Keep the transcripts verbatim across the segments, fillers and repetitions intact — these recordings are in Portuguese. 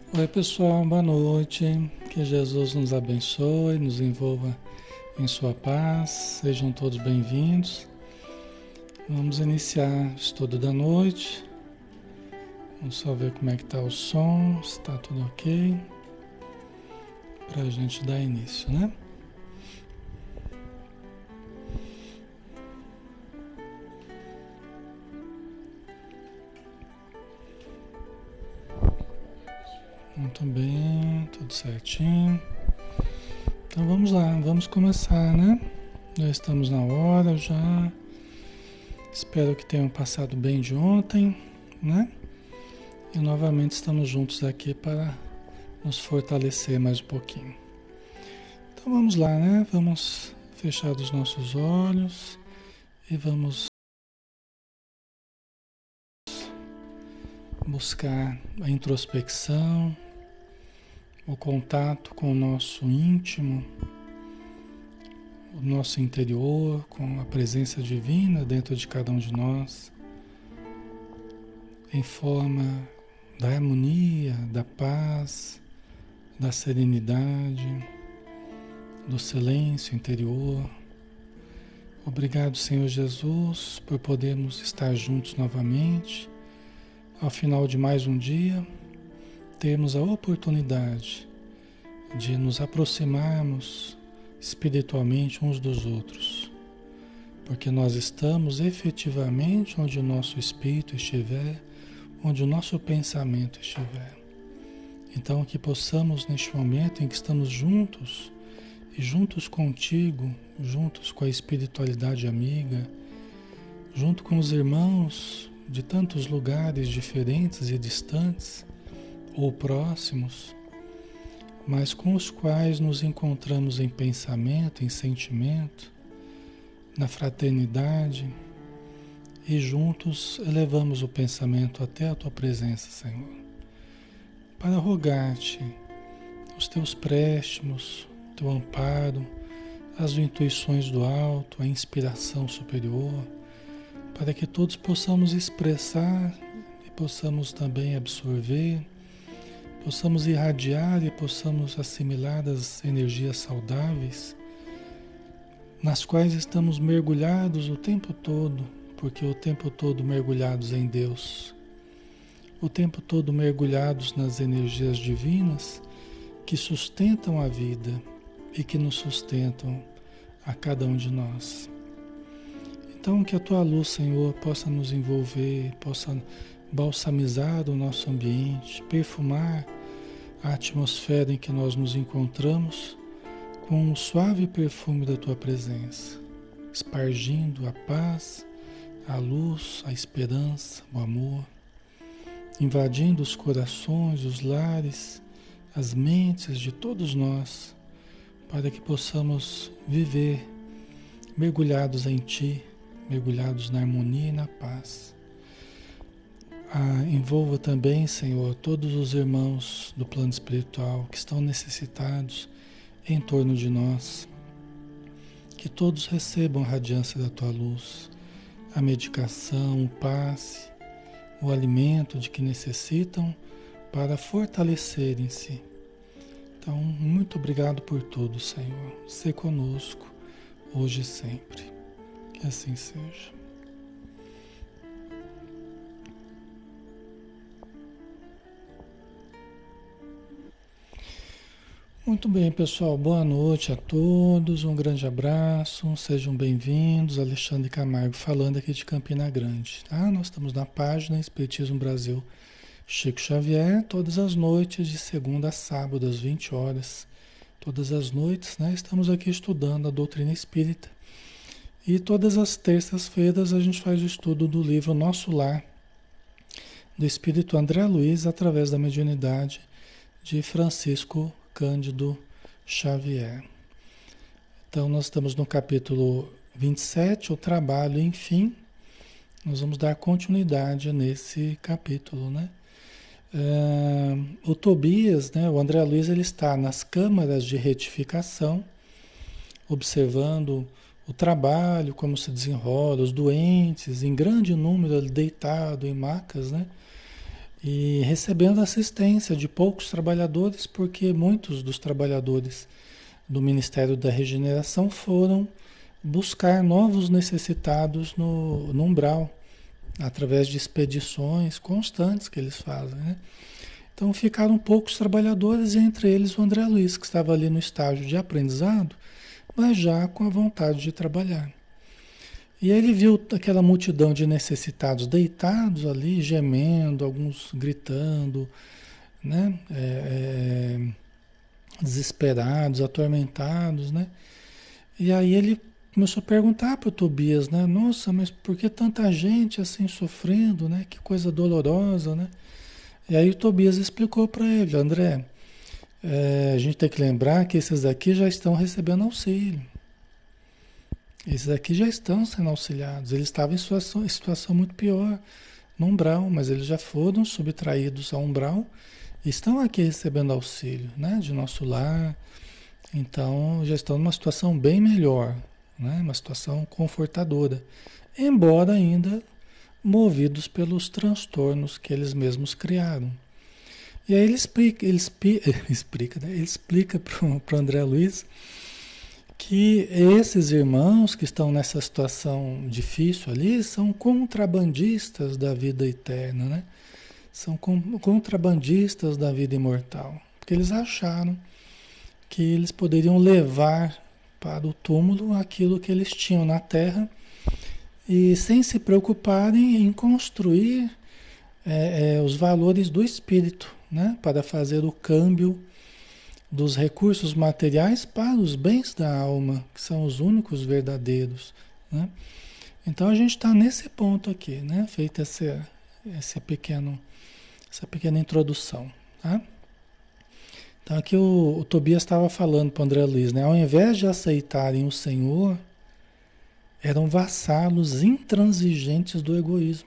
Oi, pessoal, boa noite. Que Jesus nos abençoe, nos envolva em sua paz. Sejam todos bem-vindos. Vamos iniciar o estudo da noite. Vamos só ver como é que está o som, se está tudo ok, para a gente dar início, né? Muito bem, tudo certinho. Então vamos lá, vamos começar, né? Já estamos na hora, já. Espero que tenham passado bem de ontem, né? E novamente estamos juntos aqui para nos fortalecer mais um pouquinho. Então vamos lá, né? Vamos fechar os nossos olhos e vamos buscar a introspecção, o contato com o nosso íntimo, o nosso interior, com a presença divina dentro de cada um de nós, em forma da harmonia, da paz, da serenidade, do silêncio interior. Obrigado, Senhor Jesus, por podermos estar juntos novamente. Ao final de mais um dia, termos a oportunidade de nos aproximarmos espiritualmente uns dos outros, porque nós estamos efetivamente onde o nosso espírito estiver, onde o nosso pensamento estiver. Então, que possamos, neste momento em que estamos juntos, e juntos contigo, juntos com a espiritualidade amiga, junto com os irmãos de tantos lugares diferentes e distantes, ou próximos, mas com os quais nos encontramos em pensamento, em sentimento, na fraternidade, e juntos elevamos o pensamento até a tua presença, Senhor, para rogar-te os teus préstimos, o teu amparo, as intuições do alto, a inspiração superior, para que todos possamos expressar e possamos também absorver, possamos irradiar e possamos assimilar as energias saudáveis nas quais estamos mergulhados o tempo todo, porque o tempo todo mergulhados em Deus, o tempo todo mergulhados nas energias divinas que sustentam a vida e que nos sustentam a cada um de nós. Então, que a tua luz, Senhor, possa nos envolver, possa balsamizar o nosso ambiente, perfumar a atmosfera em que nós nos encontramos com o suave perfume da tua presença, espargindo a paz, a luz, a esperança, o amor, invadindo os corações, os lares, as mentes de todos nós, para que possamos viver mergulhados em ti, mergulhados na harmonia e na paz. Ah, envolva também, Senhor, todos os irmãos do plano espiritual que estão necessitados em torno de nós. Que todos recebam a radiância da tua luz, a medicação, o passe, o alimento de que necessitam para fortalecerem-se. Então, muito obrigado por tudo, Senhor. Sê conosco, hoje e sempre. Que assim seja. Muito bem, pessoal. Boa noite a todos. Um grande abraço. Sejam bem-vindos. Alexandre Camargo falando aqui de Campina Grande. Tá? Nós estamos na página Espiritismo Brasil Chico Xavier, todas as noites, de segunda a sábado, às vinte horas. Todas as noites, né? Estamos aqui estudando a doutrina espírita. E todas as terças-feiras a gente faz o estudo do livro Nosso Lar, do Espírito André Luiz, através da mediunidade de Francisco Cândido Xavier. Então, nós estamos no capítulo vinte e sete, o trabalho, enfim. Nós vamos dar continuidade nesse capítulo, né? Uh, o Tobias, né, o André Luiz, ele está nas câmaras de retificação, observando o trabalho, como se desenrola, os doentes, em grande número, deitado em macas, né? e recebendo assistência de poucos trabalhadores, porque muitos dos trabalhadores do Ministério da Regeneração foram buscar novos necessitados no, no umbral, através de expedições constantes que eles fazem, né? Então ficaram poucos trabalhadores, e entre eles o André Luiz, que estava ali no estágio de aprendizado, mas já com a vontade de trabalhar. E ele viu aquela multidão de necessitados deitados ali, gemendo, alguns gritando, né? É, é, desesperados, atormentados, né? E aí ele começou a perguntar para o Tobias, né? Nossa, mas por que tanta gente assim sofrendo, né? Que coisa dolorosa, né? E aí o Tobias explicou para ele, André, é, a gente tem que lembrar que esses aqui já estão recebendo auxílio. Esses aqui já estão sendo auxiliados. Eles estavam em situação, em situação muito pior no umbral, mas eles já foram subtraídos ao umbral e estão aqui recebendo auxílio, né? De nosso lar. Então já estão numa situação bem melhor, né? Uma situação confortadora, embora ainda movidos pelos transtornos que eles mesmos criaram. E aí ele explica, ele explica, ele explica, né? Ele explica para o André Luiz que esses irmãos que estão nessa situação difícil ali são contrabandistas da vida eterna, né? São contrabandistas da vida imortal, porque eles acharam que eles poderiam levar para o túmulo aquilo que eles tinham na Terra e sem se preocuparem em construir é, é, os valores do espírito, né? Para fazer o câmbio dos recursos materiais para os bens da alma, que são os únicos verdadeiros, né? Então a gente está nesse ponto aqui, né? Feita essa, esse pequeno, essa pequena introdução, tá? Então aqui o, o Tobias estava falando para o André Luiz, né? Ao invés de aceitarem o Senhor, eram vassalos intransigentes do egoísmo.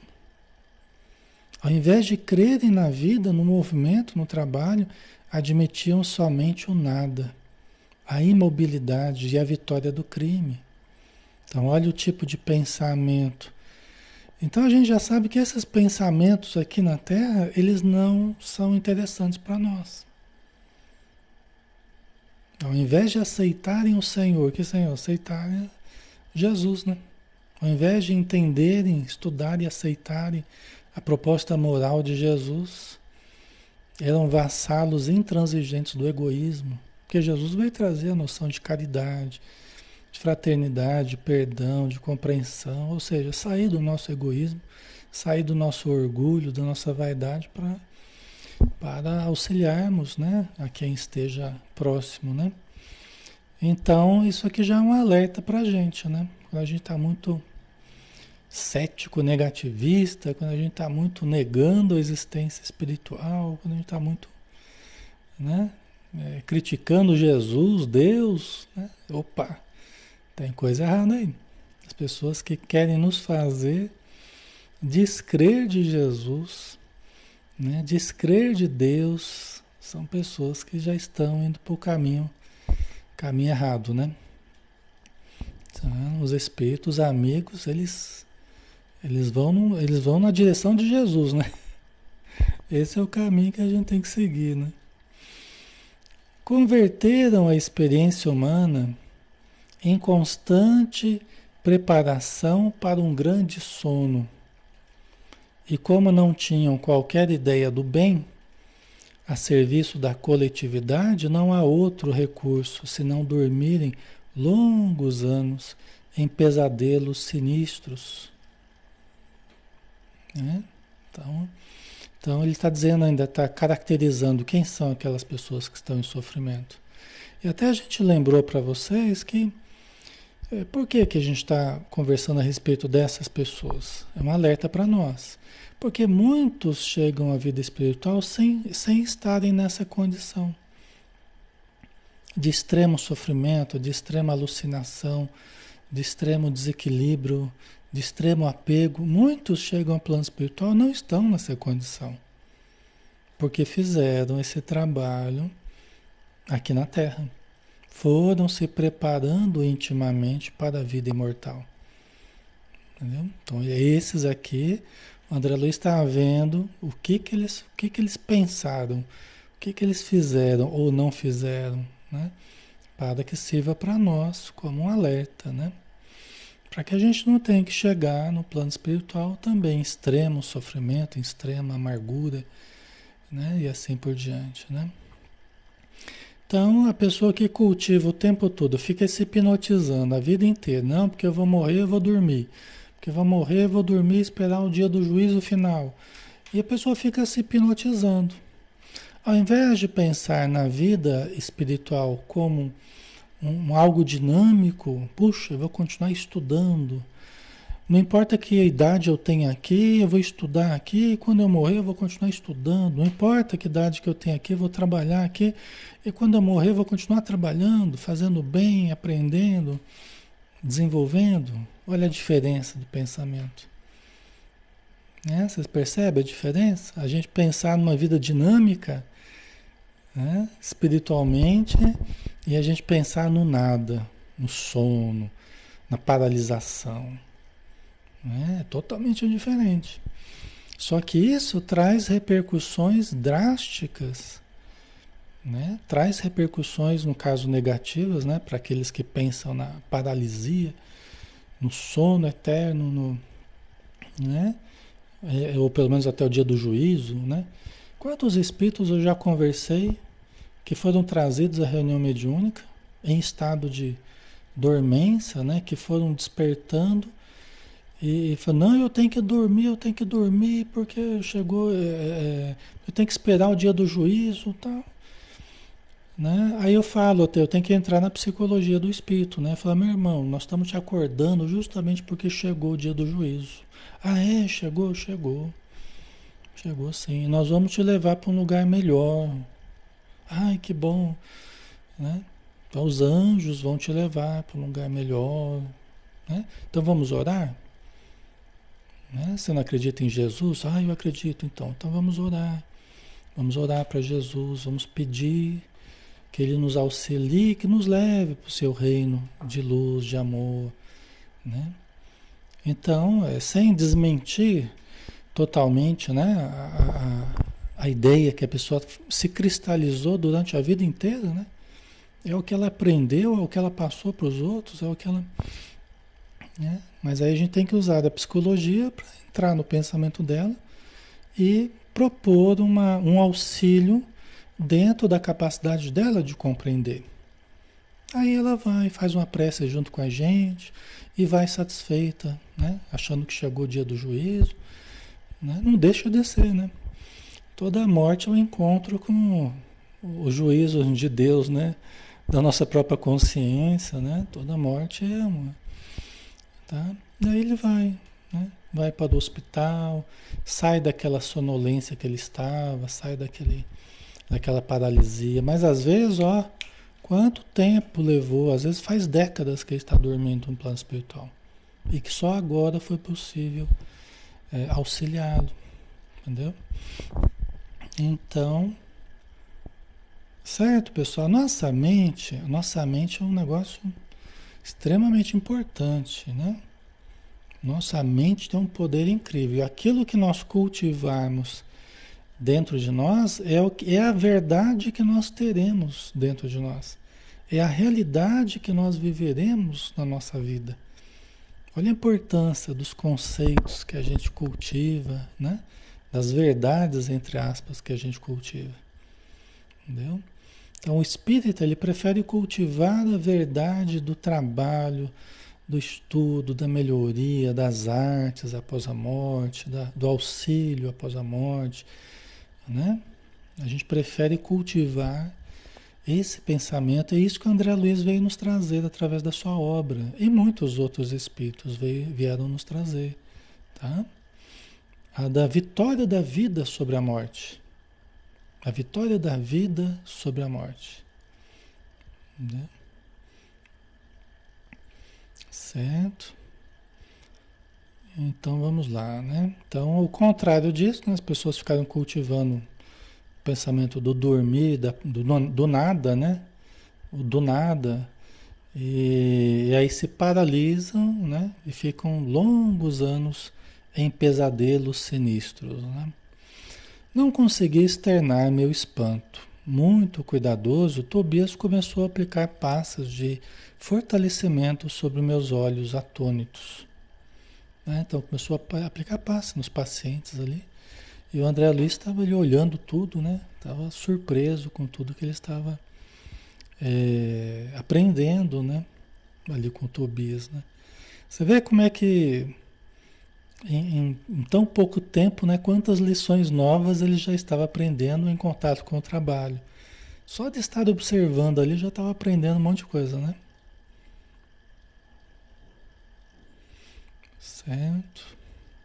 Ao invés de crerem na vida, no movimento, no trabalho, admitiam somente o nada, a imobilidade e a vitória do crime. Então, olha o tipo de pensamento. Então, a gente já sabe que esses pensamentos aqui na Terra, eles não são interessantes para nós. Ao invés de aceitarem o Senhor, que Senhor? Aceitarem Jesus, né? Ao invés de entenderem, estudarem e aceitarem a proposta moral de Jesus, eram vassalos intransigentes do egoísmo, porque Jesus veio trazer a noção de caridade, de fraternidade, de perdão, de compreensão, ou seja, sair do nosso egoísmo, sair do nosso orgulho, da nossa vaidade para para auxiliarmos, né, a quem esteja próximo, né? Então, isso aqui já é um alerta para a gente, né? Quando a gente está muito cético, negativista, quando a gente está muito negando a existência espiritual, quando a gente está muito, né, é, criticando Jesus, Deus, né? Opa, tem coisa errada aí. As pessoas que querem nos fazer descrer de Jesus, né, descrer de Deus, são pessoas que já estão indo para o caminho, caminho errado, né? Então, os espíritos amigos, eles Eles vão, no, eles vão na direção de Jesus, né? Esse é o caminho que a gente tem que seguir, né? Converteram a experiência humana em constante preparação para um grande sono. E como não tinham qualquer ideia do bem, a serviço da coletividade, não há outro recurso senão dormirem longos anos em pesadelos sinistros. Né? Então, então ele está dizendo ainda, está caracterizando quem são aquelas pessoas que estão em sofrimento. E até a gente lembrou para vocês que é, por que, que a gente está conversando a respeito dessas pessoas? É um alerta para nós. Porque muitos chegam à vida espiritual sem, sem estarem nessa condição de extremo sofrimento, de extrema alucinação, de extremo desequilíbrio, de extremo apego. Muitos chegam ao plano espiritual e não estão nessa condição, porque fizeram esse trabalho aqui na Terra. Foram se preparando intimamente para a vida imortal. Entendeu? Então, esses aqui O André Luiz está vendo o que que eles, o que que eles pensaram, o que que eles fizeram ou não fizeram, né? Para que sirva para nós como um alerta, né? Para que a gente não tenha que chegar no plano espiritual também em extremo sofrimento, em extrema amargura, né? E assim por diante, né? Então, a pessoa que cultiva o tempo todo, fica se hipnotizando a vida inteira. Não, porque eu vou morrer, eu vou dormir. Porque eu vou morrer, eu vou dormir e esperar o dia do juízo final. E a pessoa fica se hipnotizando. Ao invés de pensar na vida espiritual como um, um algo dinâmico, puxa, eu vou continuar estudando. Não importa que idade eu tenha aqui, eu vou estudar aqui, e quando eu morrer eu vou continuar estudando. Não importa que idade que eu tenha aqui, eu vou trabalhar aqui, e quando eu morrer eu vou continuar trabalhando, fazendo bem, aprendendo, desenvolvendo. Olha a diferença do pensamento. Né? Vocês percebem a diferença? A gente pensar numa vida dinâmica, né? Espiritualmente, e a gente pensar no nada, no sono, na paralisação. É totalmente diferente. Só que isso traz repercussões drásticas, né? Traz repercussões, no caso, negativas, né? Para aqueles que pensam na paralisia, no sono eterno, no, né? É, ou pelo menos até o dia do juízo, né? Quantos espíritos eu já conversei que foram trazidos à reunião mediúnica em estado de dormência, né? Que foram despertando e falou, não, eu tenho que dormir, eu tenho que dormir, porque chegou, é, é, eu tenho que esperar o dia do juízo e tal. Né? Aí eu falo, eu tenho que entrar na psicologia do espírito, né? Falar, meu irmão, nós estamos te acordando justamente porque chegou o dia do juízo. Ah, é? Chegou? Chegou. Chegou sim. Nós vamos te levar para um lugar melhor. Ai, que bom. Né? Então, os anjos vão te levar para um lugar melhor. Né? Então vamos orar? Né? Você não acredita em Jesus? Ah, eu acredito então. Então vamos orar. Vamos orar para Jesus, vamos pedir que Ele nos auxilie, que nos leve para o seu reino de luz, de amor. Né? Então, é, sem desmentir totalmente, né, a, a, a ideia que a pessoa se cristalizou durante a vida inteira, né? É o que ela aprendeu, é o que ela passou para os outros, é o que ela... Né? Mas aí a gente tem que usar a psicologia para entrar no pensamento dela e propor uma, um auxílio dentro da capacidade dela de compreender. Aí ela vai, faz uma prece junto com a gente e vai satisfeita, né? Achando que chegou o dia do juízo. Né? Não deixa de ser, né? Toda morte é um encontro com o juízo de Deus, né? Da nossa própria consciência, né? Toda morte é uma... Tá? Daí ele vai, né? Vai para o hospital, sai daquela sonolência que ele estava, sai daquele, daquela paralisia. Mas às vezes, ó, quanto tempo levou? Às vezes faz décadas que ele está dormindo no plano espiritual. E que só agora foi possível é, auxiliá-lo. Entendeu? Então, certo, pessoal? Nossa mente, nossa mente é um negócio extremamente importante, né? Nossa mente tem um poder incrível. Aquilo que nós cultivarmos dentro de nós é, o que, é a verdade que nós teremos dentro de nós. É a realidade que nós viveremos na nossa vida. Olha a importância dos conceitos que a gente cultiva, né? Das verdades, entre aspas, que a gente cultiva. Entendeu? Então o espírita, ele prefere cultivar a verdade do trabalho, do estudo, da melhoria, das artes após a morte, da, do auxílio após a morte, né? A gente prefere cultivar esse pensamento, é isso que o André Luiz veio nos trazer através da sua obra, e muitos outros espíritos veio, vieram nos trazer, tá? A da vitória da vida sobre a morte. A vitória da vida sobre a morte. Né? Certo? Então vamos lá, né? Então, o contrário disso, né? As pessoas ficaram cultivando o pensamento do dormir, da, do, do nada, né? O do nada. E, e aí se paralisam, né? E ficam longos anos em pesadelos sinistros, né? Não consegui externar meu espanto. Muito cuidadoso, Tobias começou a aplicar passas de fortalecimento sobre meus olhos atônitos, né? Então começou a aplicar passas nos pacientes ali. E o André Luiz estava ali olhando tudo, né? Estava surpreso com tudo que ele estava é, aprendendo, né? Ali com o Tobias, né? Você vê como é que em, em, em tão pouco tempo, né? Quantas lições novas ele já estava aprendendo em contato com o trabalho. Só de estar observando ali já estava aprendendo um monte de coisa, né? Certo.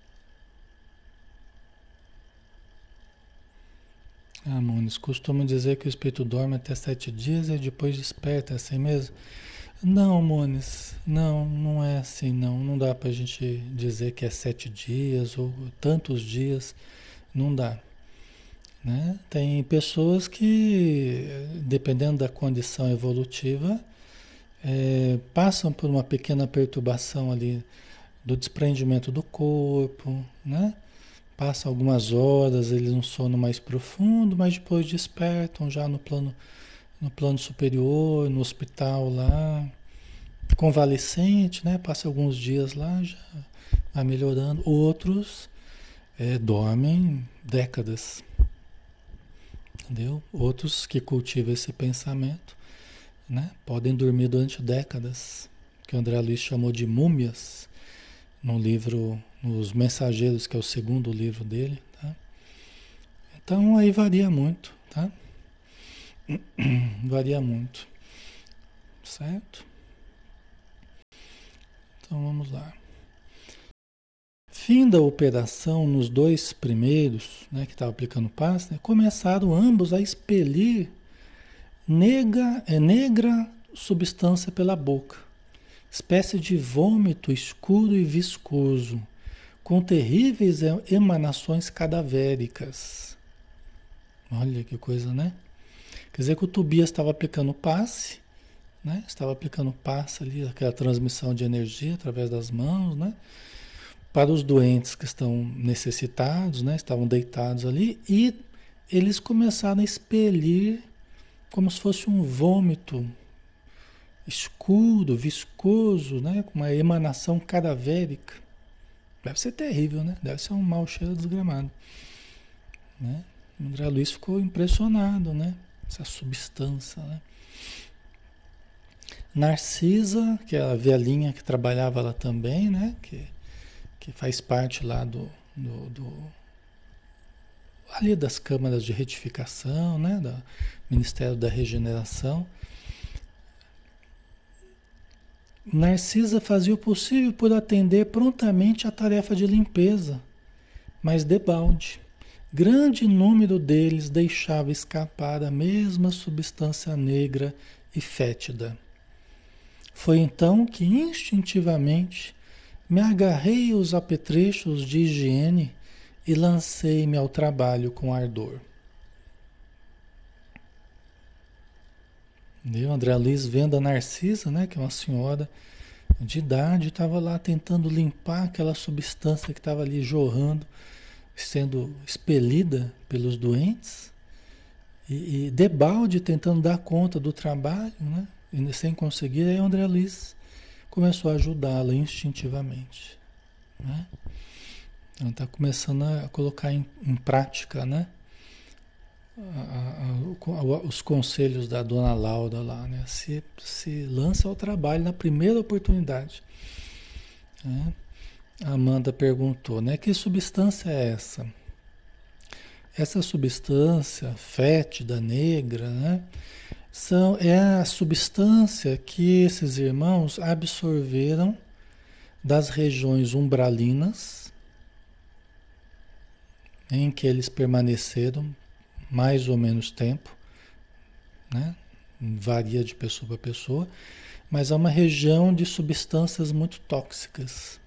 Ah, Nunes, costumam dizer que o espírito dorme até sete dias e depois desperta, é assim mesmo? Não, Nunes, não, não é assim, não. Não dá pra gente dizer que é sete dias ou tantos dias, não dá, né? Tem pessoas que, dependendo da condição evolutiva, é, passam por uma pequena perturbação ali do desprendimento do corpo, né? Passam algumas horas, eles num sono mais profundo, mas depois despertam já no plano, no plano superior, no hospital lá, convalescente, né? Passa alguns dias lá, já vai melhorando. Outros é, dormem décadas, entendeu? Outros que cultivam esse pensamento, né? Podem dormir durante décadas, que o André Luiz chamou de múmias, no livro Os Mensageiros, que é o segundo livro dele, tá? Então aí varia muito, tá? Varia muito, certo? Então vamos lá. Fim da operação nos dois primeiros, né, que estavam aplicando passe, né, começaram ambos a expelir negra, é, negra substância pela boca, espécie de vômito escuro e viscoso, com terríveis emanações cadavéricas. Olha que coisa, né? Quer dizer que o Tobias estava aplicando passe, né? Estava aplicando passe ali, aquela transmissão de energia através das mãos, né? Para os doentes que estão necessitados, né? Estavam deitados ali e eles começaram a expelir como se fosse um vômito escuro, viscoso, né? Com uma emanação cadavérica. Deve ser terrível, né? Deve ser um mau cheiro desgramado, né? O André Luiz ficou impressionado, né? Essa substância, né? Narcisa, que é a velhinha que trabalhava lá também, né? Que, que faz parte lá do, do, do ali das câmaras de retificação, né? Do Ministério da Regeneração. Narcisa fazia o possível por atender prontamente a tarefa de limpeza, mas debalde. Grande número deles deixava escapar a mesma substância negra e fétida. Foi então que instintivamente me agarrei aos apetrechos de higiene e lancei-me ao trabalho com ardor. Entendeu? André Luiz vendo a Narcisa, né, que é uma senhora de idade, estava lá tentando limpar aquela substância que estava ali jorrando, sendo expelida pelos doentes, e, e debalde tentando dar conta do trabalho, né? E sem conseguir, aí o André Luiz começou a ajudá-la instintivamente, né? Então está começando a colocar em, em prática, né? A, a, a, os conselhos da dona Laura lá, né? Se, se lança ao trabalho na primeira oportunidade, né? A Amanda perguntou, né? Que substância é essa? Essa substância fétida, negra, né? São, é a substância que esses irmãos absorveram das regiões umbralinas, em que eles permaneceram mais ou menos tempo, né? Varia de pessoa para pessoa, mas é uma região de substâncias muito tóxicas.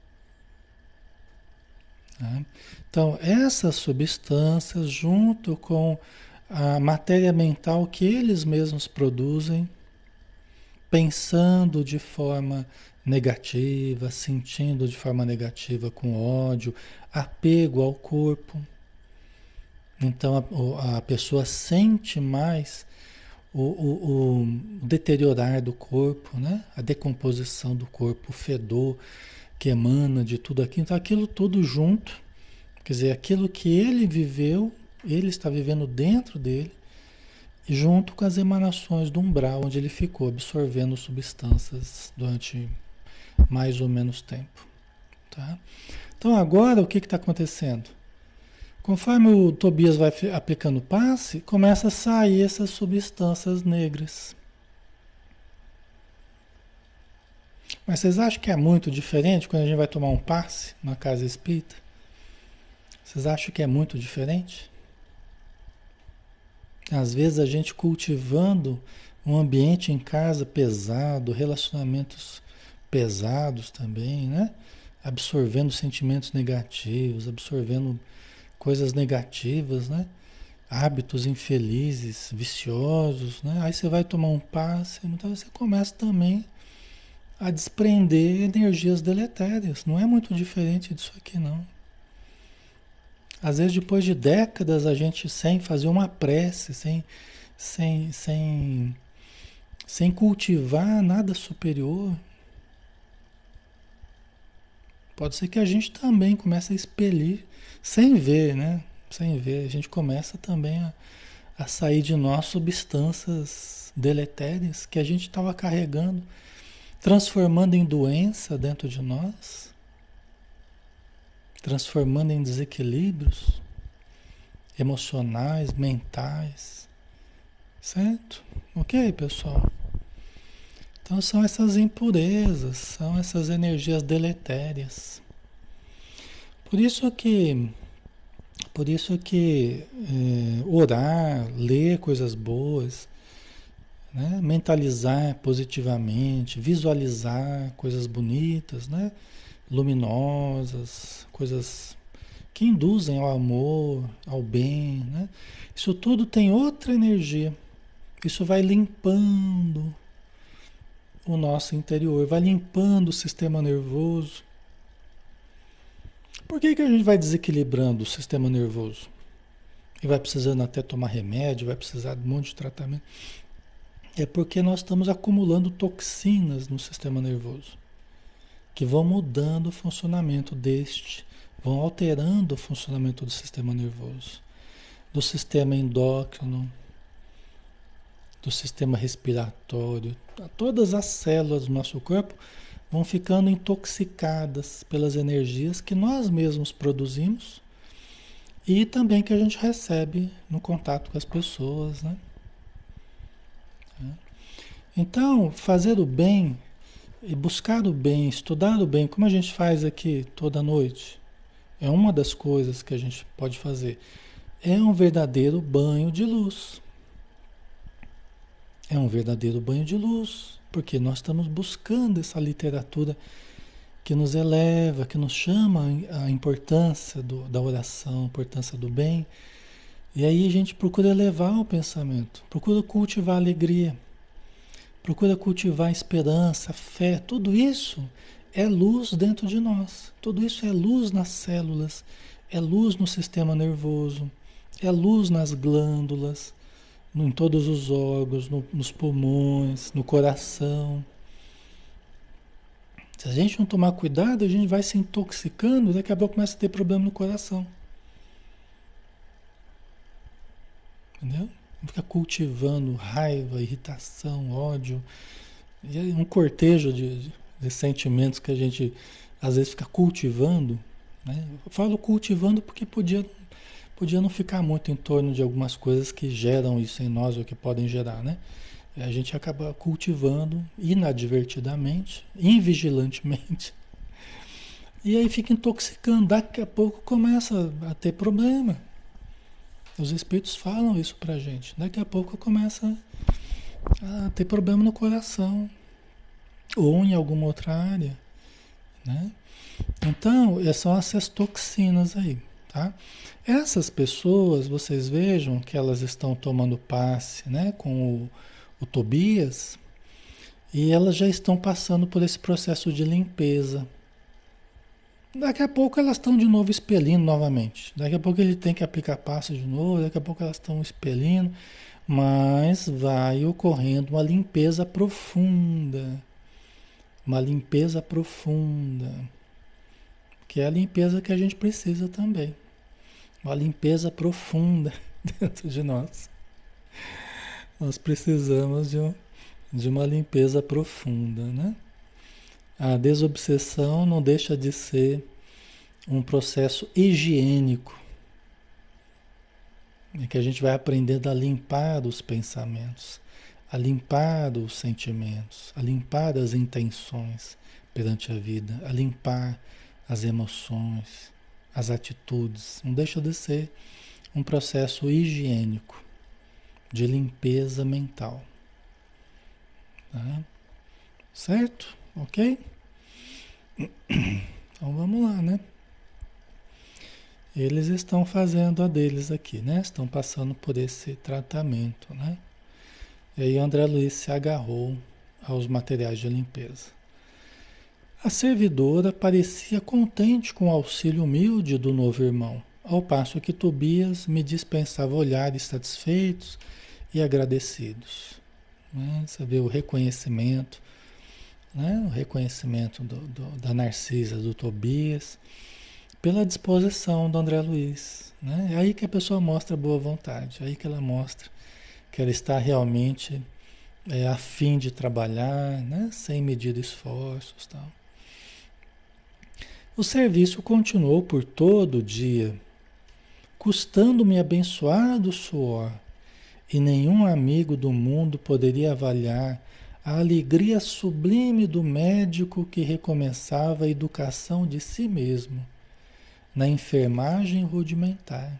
Né? Então, essas substâncias, junto com a matéria mental que eles mesmos produzem, pensando de forma negativa, sentindo de forma negativa com ódio, apego ao corpo. Então a, a pessoa sente mais o, o, o deteriorar do corpo, né? A decomposição do corpo, o fedor que emana de tudo aquilo. Então aquilo tudo junto, quer dizer, aquilo que ele viveu, ele está vivendo dentro dele, junto com as emanações do umbral onde ele ficou absorvendo substâncias durante mais ou menos tempo. Tá? Então agora o que está acontecendo? Conforme o Tobias vai aplicando o passe, começa a sair essas substâncias negras. Mas vocês acham que é muito diferente quando a gente vai tomar um passe na casa espírita? Vocês acham que é muito diferente? Às vezes a gente cultivando um ambiente em casa pesado, relacionamentos pesados também, né? Absorvendo sentimentos negativos, absorvendo coisas negativas, né? Hábitos infelizes, viciosos, né? Aí você vai tomar um passe, então você começa também a desprender energias deletérias. Não é muito diferente disso aqui, não. Às vezes, depois de décadas, a gente sem fazer uma prece, sem, sem, sem, sem cultivar nada superior, pode ser que a gente também comece a expelir, sem ver, né? Sem ver, a gente começa também a, a sair de nós substâncias deletérias que a gente estava carregando, transformando em doença dentro de nós, transformando em desequilíbrios emocionais, mentais, certo? Ok, pessoal? Então são essas impurezas, são essas energias deletérias. Por isso que, por isso que é, orar, ler coisas boas, né? Mentalizar positivamente, visualizar coisas bonitas, né? Luminosas, coisas que induzem ao amor, ao bem, né? Isso tudo tem outra energia. Isso vai limpando o nosso interior, vai limpando o sistema nervoso. Por que que a gente vai desequilibrando o sistema nervoso? E vai precisando até tomar remédio, vai precisar de um monte de tratamento. É porque nós estamos acumulando toxinas no sistema nervoso, que vão mudando o funcionamento deste, vão alterando o funcionamento do sistema nervoso, do sistema endócrino, do sistema respiratório. Todas as células do nosso corpo vão ficando intoxicadas pelas energias que nós mesmos produzimos e também que a gente recebe no contato com as pessoas, né? Então, fazer o bem e buscar o bem, estudar o bem, como a gente faz aqui toda noite, é uma das coisas que a gente pode fazer. É um verdadeiro banho de luz. É um verdadeiro banho de luz, porque nós estamos buscando essa literatura que nos eleva, que nos chama a importância do, da oração, a importância do bem. E aí a gente procura elevar o pensamento, procura cultivar a alegria, procura cultivar a esperança, a fé. Tudo isso é luz dentro de nós. Tudo isso é luz nas células, é luz no sistema nervoso, é luz nas glândulas, em todos os órgãos, no, nos pulmões, no coração. Se a gente não tomar cuidado, a gente vai se intoxicando, daqui a pouco começa a ter problema no coração. Entendeu? Fica cultivando raiva, irritação, ódio. E é um cortejo de, de, de sentimentos que a gente às vezes fica cultivando. Né? Eu falo cultivando porque podia, podia não ficar muito em torno de algumas coisas que geram isso em nós ou que podem gerar, né? E a gente acaba cultivando inadvertidamente, invigilantemente. E aí fica intoxicando. Daqui a pouco começa a ter problema. Os espíritos falam isso pra gente. Daqui a pouco começa a ter problema no coração ou em alguma outra área, né? Então, são essas toxinas aí, tá? Essas pessoas, vocês vejam que elas estão tomando passe, né, com o, o Tobias, E elas já estão passando por esse processo de limpeza. Daqui a pouco elas estão de novo expelindo novamente. Daqui a pouco ele tem que aplicar pasta de novo, daqui a pouco elas estão expelindo, mas vai ocorrendo uma limpeza profunda. Uma limpeza profunda. Que é a limpeza que a gente precisa também. Uma limpeza profunda dentro de nós. Nós precisamos de, um, de uma limpeza profunda, né? A desobsessão não deixa de ser um processo higiênico, em que a gente vai aprendendo a limpar os pensamentos, a limpar os sentimentos, a limpar as intenções perante a vida, a limpar as emoções, as atitudes. Não deixa de ser um processo higiênico de limpeza mental. Tá? Certo? Ok? Então vamos lá, né? Eles estão fazendo a deles aqui, né? Estão passando por esse tratamento, né? E aí André Luiz se agarrou aos materiais de limpeza. A servidora parecia contente com o auxílio humilde do novo irmão, ao passo que Tobias me dispensava olhares satisfeitos e agradecidos. Né? Você vê o reconhecimento, né? O reconhecimento do, do, da Narcisa, do Tobias, pela disposição do André Luiz. Né? É aí que a pessoa mostra boa vontade, é aí que ela mostra que ela está realmente é, a fim de trabalhar, né? Sem medir esforços. Tal. O serviço continuou por todo o dia, custando-me abençoado suor, e nenhum amigo do mundo poderia avaliar a alegria sublime do médico que recomeçava a educação de si mesmo na enfermagem rudimentar.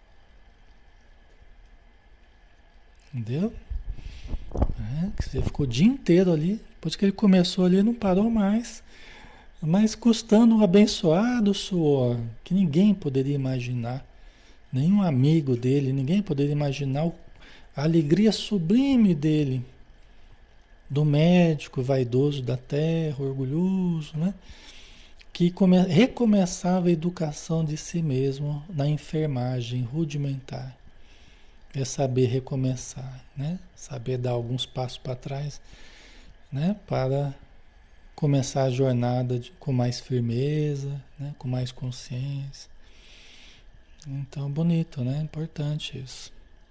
Entendeu? É, que você ficou o dia inteiro ali, depois que ele começou ali, não parou mais, mas custando um abençoado suor, que ninguém poderia imaginar, nenhum amigo dele, ninguém poderia imaginar o, a alegria sublime dele, do médico vaidoso da terra, orgulhoso, né? Que come, recomeçava a educação de si mesmo na enfermagem rudimentar. É saber recomeçar, né? Saber dar alguns passos para trás, né? Para começar a jornada de, com mais firmeza, né? Com mais consciência. Então, bonito, né? Importante isso.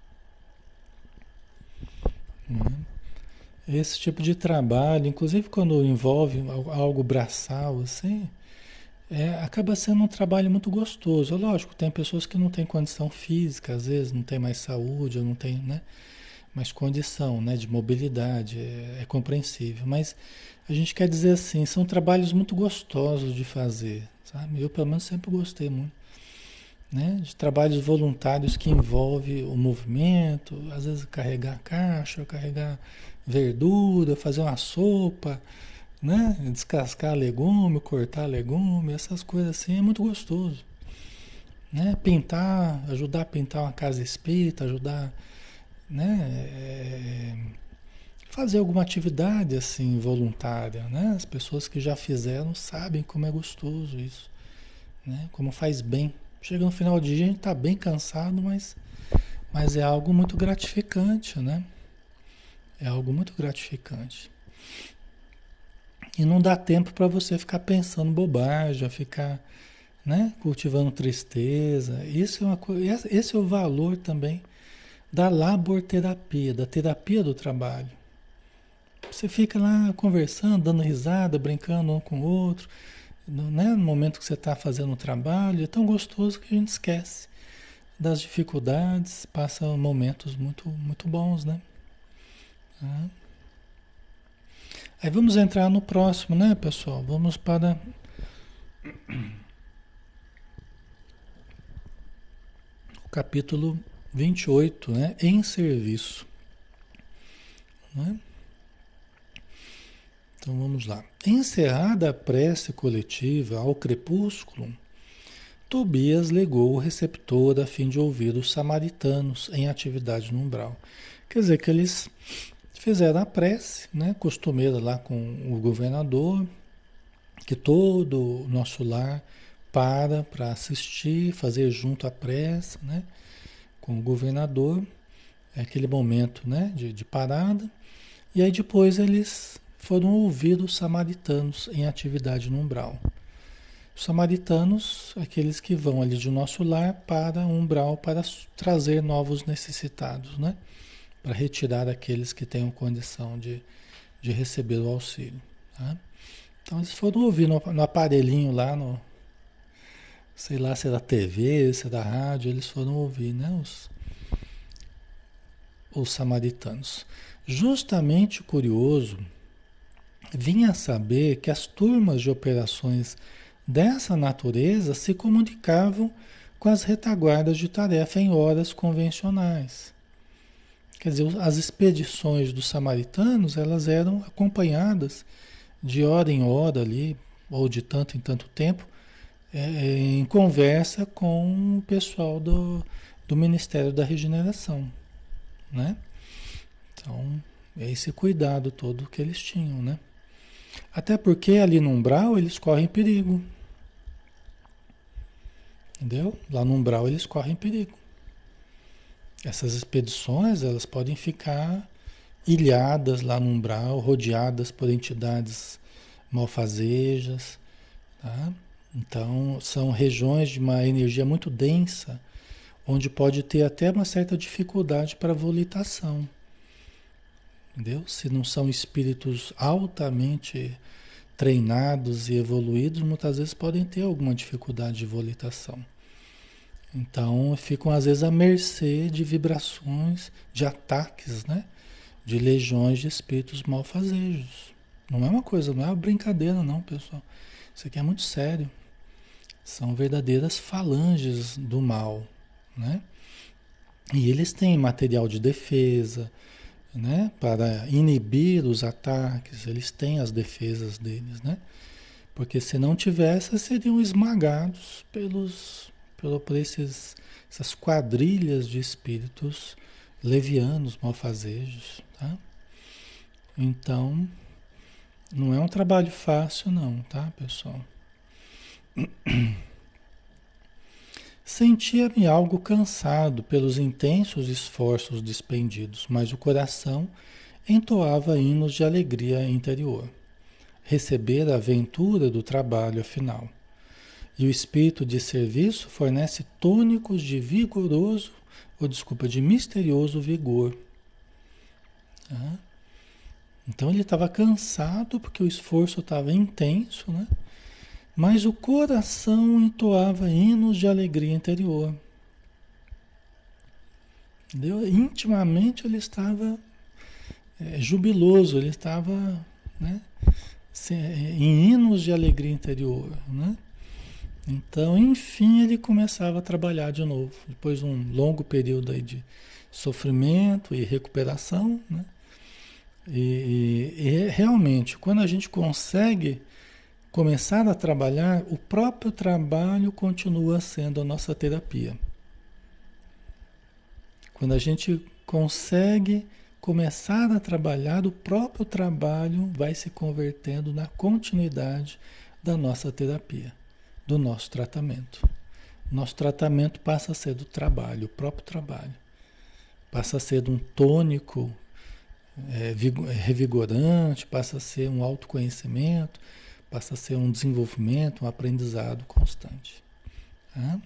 Né? Esse tipo de trabalho, inclusive quando envolve algo braçal, assim, é, acaba sendo um trabalho muito gostoso. É lógico, tem pessoas que não têm condição física, às vezes não tem mais saúde, ou não tem, né, mais condição, né, de mobilidade, é, é compreensível. Mas a gente quer dizer assim, são trabalhos muito gostosos de fazer, sabe? Eu, pelo menos, sempre gostei muito, né, de trabalhos voluntários que envolvem o movimento, às vezes carregar caixa, carregar verdura, fazer uma sopa, né? Descascar legume, cortar legume, essas coisas assim é muito gostoso, né? Pintar, ajudar a pintar uma casa espírita, ajudar, né? É, fazer alguma atividade assim voluntária, né? As pessoas que já fizeram sabem como é gostoso isso, né? Como faz bem. Chega no final do dia a gente está bem cansado, mas, mas é algo muito gratificante, né? É algo muito gratificante. E não dá tempo para você ficar pensando bobagem, ficar, né, cultivando tristeza. Isso é uma coisa, esse é o valor também da laborterapia, da terapia do trabalho. Você fica lá conversando, dando risada, brincando um com o outro, no, né, no momento que você está fazendo o trabalho. É tão gostoso que a gente esquece das dificuldades, passa momentos muito, muito bons, né? Tá? Aí vamos entrar no próximo, né, pessoal? Vamos para o capítulo vinte e oito, né? Em serviço. Né? Então vamos lá. Encerrada a prece coletiva ao crepúsculo, Tobias ligou o receptor a fim de ouvir os samaritanos em atividade no umbral. Quer dizer que eles fizeram a prece, né, costumeira lá com o governador, que todo o nosso lar para para assistir, fazer junto a prece, né, com o governador, é aquele momento, né, de, de parada, e aí depois eles foram ouvir os samaritanos em atividade no umbral. Os samaritanos, aqueles que vão ali de nosso lar para o umbral para trazer novos necessitados, né, para retirar aqueles que tenham condição de, de receber o auxílio. Tá? Então eles foram ouvir no, no aparelhinho lá, no, sei lá se é da T V, se é da rádio, eles foram ouvir, né, os, os samaritanos. Justamente curioso, vinha a saber que as turmas de operações dessa natureza se comunicavam com as retaguardas de tarefa em horas convencionais. Quer dizer, as expedições dos samaritanos, elas eram acompanhadas de hora em hora ali, ou de tanto em tanto tempo, é, em conversa com o pessoal do, do Ministério da Regeneração, né? Então, é esse cuidado todo que eles tinham, né? Até porque ali no umbral eles correm perigo, entendeu? Lá no umbral eles correm perigo. Essas expedições, elas podem ficar ilhadas lá no umbral, rodeadas por entidades malfazejas, tá? Então, são regiões de uma energia muito densa, onde pode ter até uma certa dificuldade para volitação, entendeu? Se não são espíritos altamente treinados e evoluídos, muitas vezes podem ter alguma dificuldade de volitação. Então, ficam às vezes à mercê de vibrações, de ataques, né? De legiões de espíritos malfazejos. Não é uma coisa, não é uma brincadeira não, pessoal. Isso aqui é muito sério. São verdadeiras falanges do mal, né? E eles têm material de defesa, né? Para inibir os ataques, eles têm as defesas deles, né? Porque se não tivesse, seriam esmagados pelos, pelo, por esses, essas quadrilhas de espíritos levianos, malfazejos, tá? Então, não é um trabalho fácil não, tá, pessoal? Sentia-me algo cansado pelos intensos esforços despendidos, mas o coração entoava hinos de alegria interior. Receber a aventura do trabalho afinal. E o espírito de serviço fornece tônicos de vigoroso, ou desculpa, de misterioso vigor. Tá? Então ele estava cansado porque o esforço estava intenso, né? Mas o coração entoava hinos de alegria interior. Entendeu? Intimamente ele estava é, jubiloso, ele estava, né, em hinos de alegria interior, né? Então, enfim, ele começava a trabalhar de novo, depois de um longo período aí de sofrimento e recuperação, né? E, e, e realmente, quando a gente consegue começar a trabalhar, o próprio trabalho continua sendo a nossa terapia. Quando a gente consegue começar a trabalhar, o próprio trabalho vai se convertendo na continuidade da nossa terapia, do nosso tratamento. Nosso tratamento passa a ser do trabalho, o próprio trabalho. Passa a ser de um tônico é, revigorante, passa a ser um autoconhecimento, passa a ser um desenvolvimento, um aprendizado constante. Tá?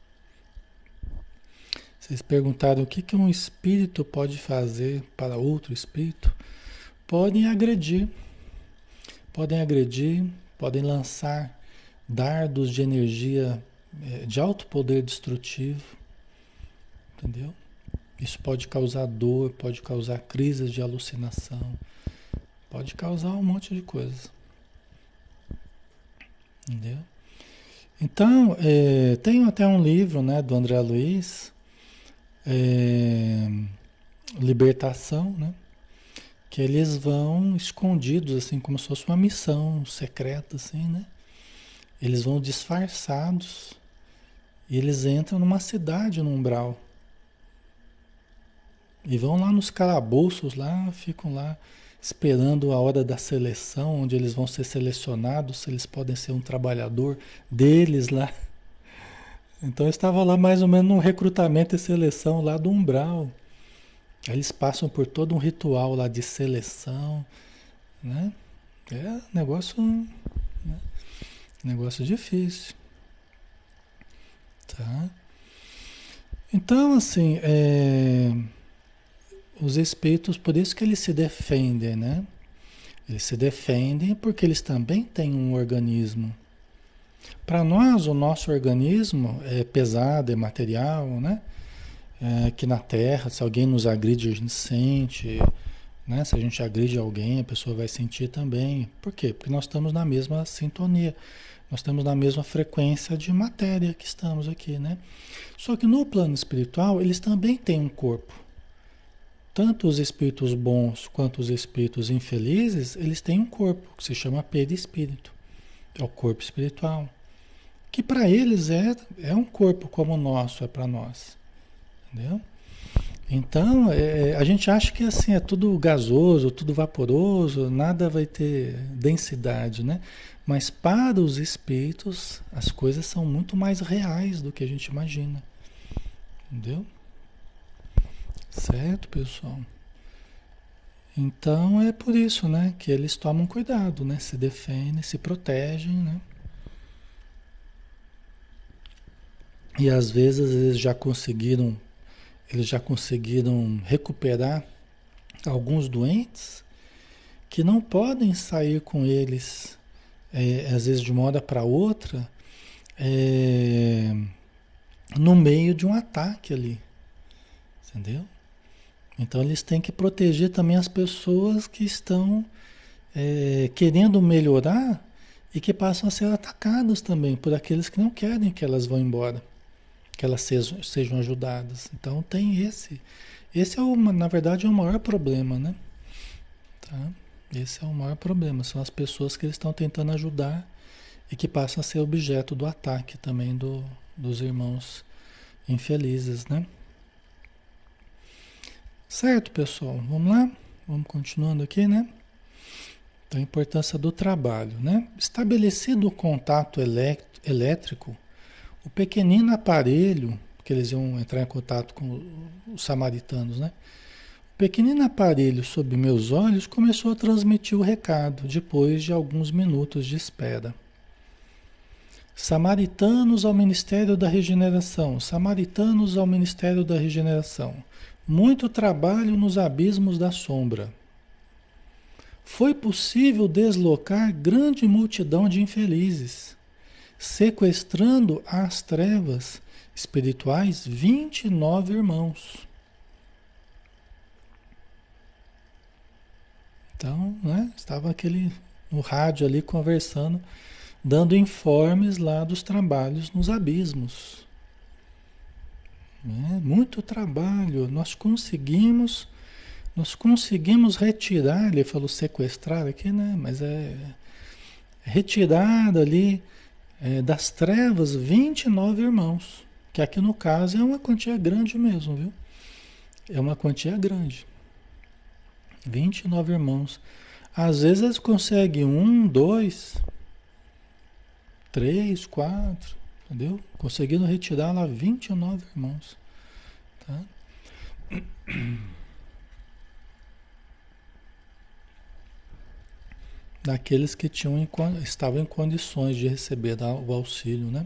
Vocês perguntaram o que, que um espírito pode fazer para outro espírito? Podem agredir, podem agredir, podem lançar dardos de energia de alto poder destrutivo, entendeu? Isso pode causar dor, pode causar crises de alucinação, pode causar um monte de coisa. Entendeu? Então, é, tem até um livro, né, do André Luiz, é, Libertação, né, que eles vão escondidos, assim, como se fosse uma missão secreta, assim, né? Eles vão disfarçados e eles entram numa cidade no umbral. E vão lá nos calabouços lá, ficam lá esperando a hora da seleção, onde eles vão ser selecionados, se eles podem ser um trabalhador deles lá. Então eu estava lá mais ou menos num recrutamento e seleção lá do umbral. Aí eles passam por todo um ritual lá de seleção, né? É negócio, né? Negócio difícil, tá? Então, assim, é, os espíritos, por isso que eles se defendem, né? Eles se defendem porque eles também têm um organismo. Para nós, o nosso organismo é pesado, é material, né? É, aqui na Terra, se alguém nos agride, a gente sente, né? Se a gente agride alguém, a pessoa vai sentir também. Por quê? Porque nós estamos na mesma sintonia, nós estamos na mesma frequência de matéria que estamos aqui, né? Só que no plano espiritual, eles também têm um corpo. Tanto os espíritos bons quanto os espíritos infelizes, eles têm um corpo, que se chama perispírito. É o corpo espiritual. Que para eles é, é um corpo como o nosso, é para nós. Entendeu? Então, é, a gente acha que assim é tudo gasoso, tudo vaporoso, nada vai ter densidade, né? Mas para os espíritos, as coisas são muito mais reais do que a gente imagina. Entendeu? Certo, pessoal? Então é por isso, né, que eles tomam cuidado, né? Se defendem, se protegem, né? E às vezes eles já conseguiram, eles já conseguiram recuperar alguns doentes que não podem sair com eles, é, às vezes de uma hora para outra, é, no meio de um ataque ali, entendeu? Então eles têm que proteger também as pessoas que estão é, querendo melhorar e que passam a ser atacadas também por aqueles que não querem que elas vão embora, que elas sejam, sejam ajudadas. Então tem esse, esse é o, na verdade é o maior problema, né? Tá? Esse é o maior problema, são as pessoas que eles estão tentando ajudar e que passam a ser objeto do ataque também do, dos irmãos infelizes, né? Certo, pessoal? Vamos lá? Vamos continuando aqui, né? Então, a importância do trabalho, né? Estabelecido o contato elect- elétrico, o pequenino aparelho, que eles iam entrar em contato com os samaritanos, né? O pequenino aparelho sob meus olhos começou a transmitir o recado, depois de alguns minutos de espera. Samaritanos ao Ministério da Regeneração, samaritanos ao Ministério da Regeneração. Muito trabalho nos abismos da sombra. Foi possível deslocar grande multidão de infelizes, sequestrando às trevas espirituais vinte e nove irmãos. Então, né, estava aquele no rádio ali conversando, dando informes lá dos trabalhos nos abismos. Né? Muito trabalho, nós conseguimos, nós conseguimos retirar, ele falou sequestrar aqui, né? Mas é retirar ali é, das trevas vinte e nove irmãos, que aqui no caso é uma quantia grande mesmo, viu? É uma quantia grande. vinte e nove irmãos. Às vezes eles conseguem um, dois, três, quatro, entendeu? Conseguindo retirar lá vinte e nove irmãos. Tá? Daqueles que tinham em, estavam em condições de receber o auxílio, né?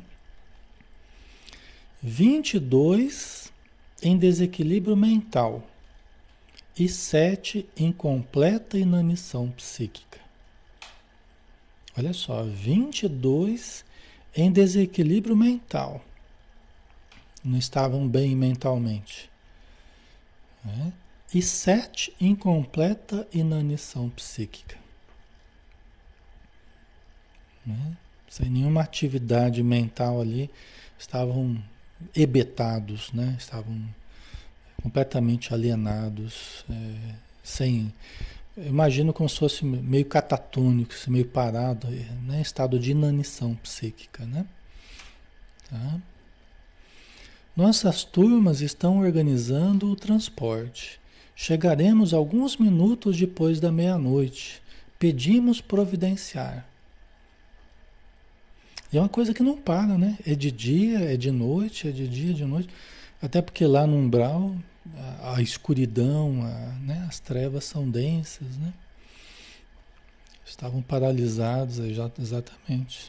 vinte e dois em desequilíbrio mental e sete em completa inanição psíquica. Olha só, vinte e dois em desequilíbrio mental. Não estavam bem mentalmente. Né? E sete em completa inanição psíquica. Né? Sem nenhuma atividade mental ali, estavam hebetados, né? Estavam completamente alienados, é, sem... Imagino como se fosse meio catatônico, meio parado, né? Estado de inanição psíquica, né? Tá? Nossas turmas estão organizando o transporte Chegaremos alguns minutos depois da meia-noite. Pedimos providenciar. E é uma coisa que não para, né? É de dia, é de noite, é de dia, de noite. Até porque lá no umbral, a, a escuridão, a, né? As trevas são densas, né? Estavam paralisados aí já, exatamente.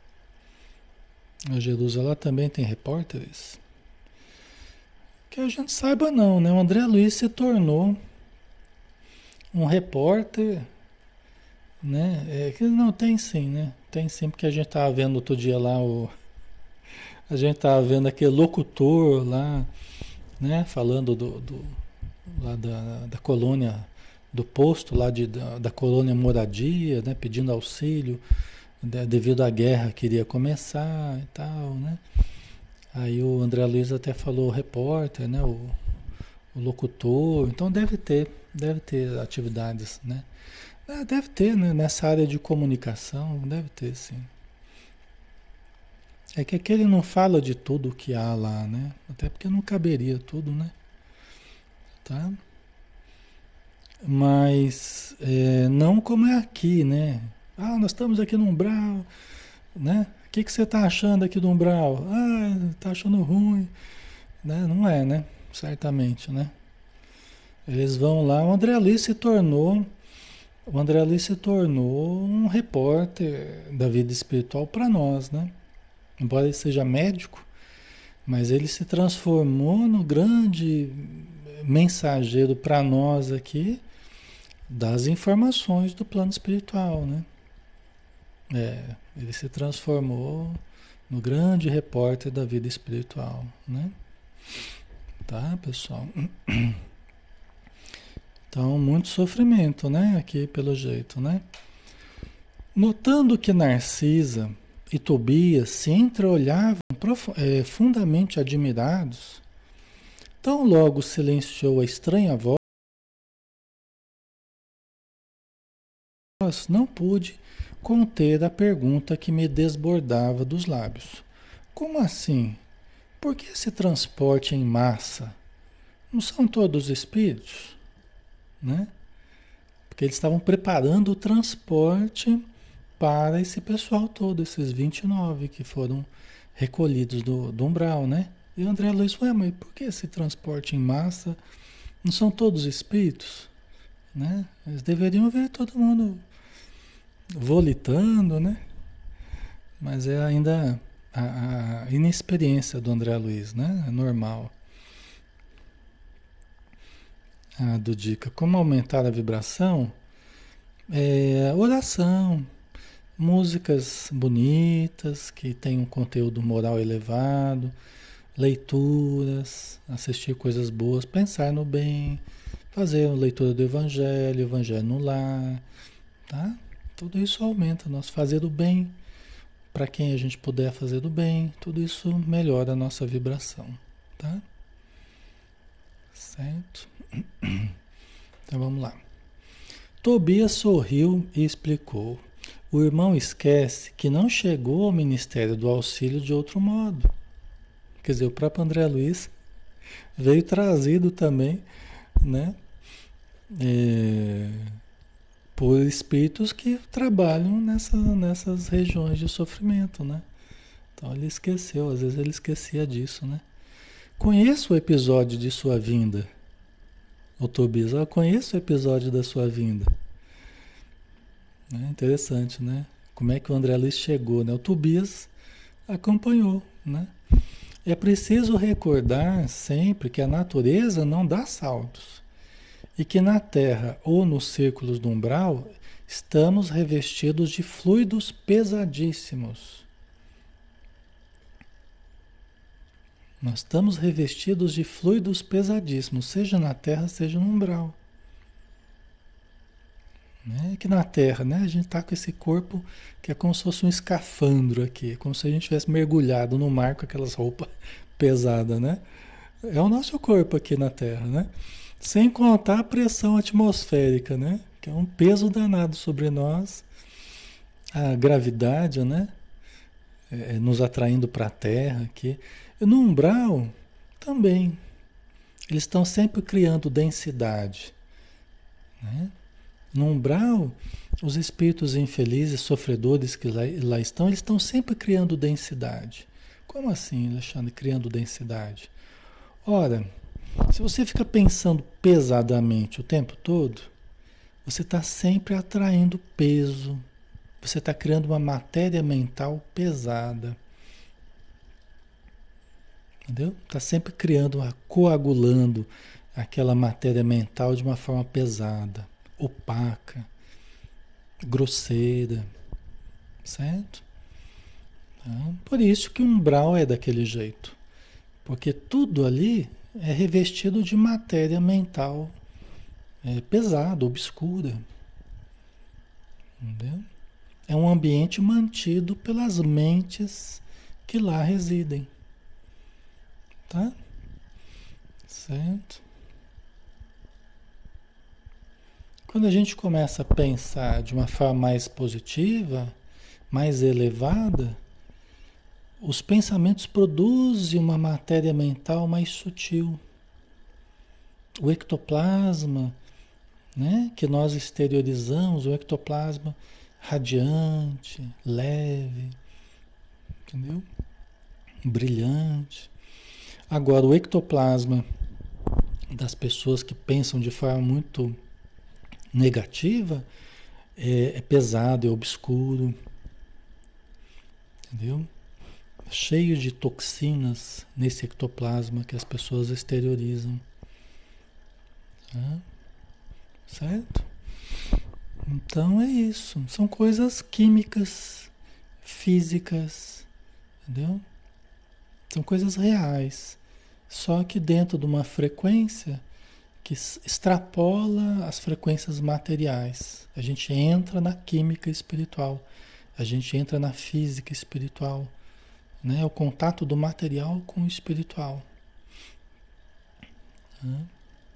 A Jerusalém também tem repórteres? Que a gente saiba não, né? O André Luiz se tornou um repórter, né? É, que não tem sim, né? Tem sim, porque a gente estava vendo outro dia lá o... A gente estava vendo aquele locutor lá, né? Falando do, do lá da, da colônia, do posto lá de, da, da colônia Moradia, né? Pedindo auxílio, né? Devido à guerra que iria começar e tal, né? Aí o André Luiz até falou o repórter, né? O, o locutor. Então deve ter, deve ter atividades, né? Ah, deve ter, né? Nessa área de comunicação, deve ter, sim. É que aquele não fala de tudo que há lá, né? Até porque não caberia tudo, né? Tá? Mas é, não como é aqui, né? Ah, nós estamos aqui no umbral, né? O que, que você está achando aqui do umbral? Ah, tá achando ruim, né? Não é, né? Certamente, né? Eles vão lá, o André Luiz se tornou, o André Luiz se tornou um repórter da vida espiritual para nós, né? Embora ele seja médico, mas ele se transformou no grande mensageiro para nós aqui das informações do plano espiritual, né? É, ele se transformou no grande repórter da vida espiritual, né? Tá, pessoal? Então, muito sofrimento, né? Aqui, pelo jeito, né? Notando que Narcisa e Tobias se entreolhavam profundamente admirados, tão logo silenciou a estranha voz, não pude conter a pergunta que me desbordava dos lábios. Como assim? Por que esse transporte em massa? Não são todos espíritos? Né? Porque eles estavam preparando o transporte para esse pessoal todo, esses vinte e nove que foram recolhidos do, do umbral, né? E o André Luiz falou, mas por que esse transporte em massa? Não são todos espíritos? Né? Eles deveriam ver todo mundo volitando, né? Mas é ainda a, a inexperiência do André Luiz, né? É normal. Ah, do Dica, como aumentar a vibração? É, oração, músicas bonitas, que tem um conteúdo moral elevado, leituras, assistir coisas boas, pensar no bem, fazer a leitura do Evangelho, Evangelho no lar, tá? Tudo isso aumenta, nós fazer o bem, para quem a gente puder fazer do bem, tudo isso melhora a nossa vibração, tá? Certo? Então vamos lá. Tobias sorriu e explicou. O irmão esquece que não chegou ao Ministério do Auxílio de outro modo. Quer dizer, o próprio André Luiz veio trazido também, né? É, por espíritos que trabalham nessa, nessas regiões de sofrimento, né? Então ele esqueceu, às vezes ele esquecia disso, né? Conheço o episódio de sua vinda. O Tobias, eu conheço o episódio da sua vinda. É interessante, né? Como é que o André Luiz chegou, né? O Tobias acompanhou, né? É preciso recordar sempre que a natureza não dá saltos e que na Terra ou nos círculos do umbral estamos revestidos de fluidos pesadíssimos. Nós estamos revestidos de fluidos pesadíssimos, seja na Terra, seja no umbral. Né? Que na Terra, né? A gente está com esse corpo que é como se fosse um escafandro aqui, como se a gente tivesse mergulhado no mar com aquelas roupas pesadas, né? É o nosso corpo aqui na Terra, né? Sem contar a pressão atmosférica, né? Que é um peso danado sobre nós, a gravidade, né? É, nos atraindo para a Terra aqui. E no umbral também. Eles estão sempre criando densidade, né? No umbral, os espíritos infelizes, sofredores que lá, lá estão, eles estão sempre criando densidade. Como assim, Alexandre, criando densidade? Ora, se você fica pensando pesadamente o tempo todo, você está sempre atraindo peso. Você está criando uma matéria mental pesada. Entendeu? Está sempre criando, coagulando aquela matéria mental de uma forma pesada, opaca, grosseira, certo? Tá? Por isso que o umbral é daquele jeito. Porque tudo ali é revestido de matéria mental é, pesada, obscura. Entendeu? É um ambiente mantido pelas mentes que lá residem. Tá? Certo? Quando a gente começa a pensar de uma forma mais positiva, mais elevada, os pensamentos produzem uma matéria mental mais sutil. O ectoplasma, né, que nós exteriorizamos, o ectoplasma radiante, leve, entendeu? Brilhante. Agora, o ectoplasma das pessoas que pensam de forma muito negativa é, é pesado, é obscuro, entendeu? Cheio de toxinas nesse ectoplasma que as pessoas exteriorizam. Tá? Certo? Então é isso. São coisas químicas, físicas, entendeu? São coisas reais. Só que dentro de uma frequência que extrapola as frequências materiais. A gente entra na química espiritual. A gente entra na física espiritual. Né? O contato do material com o espiritual. Né?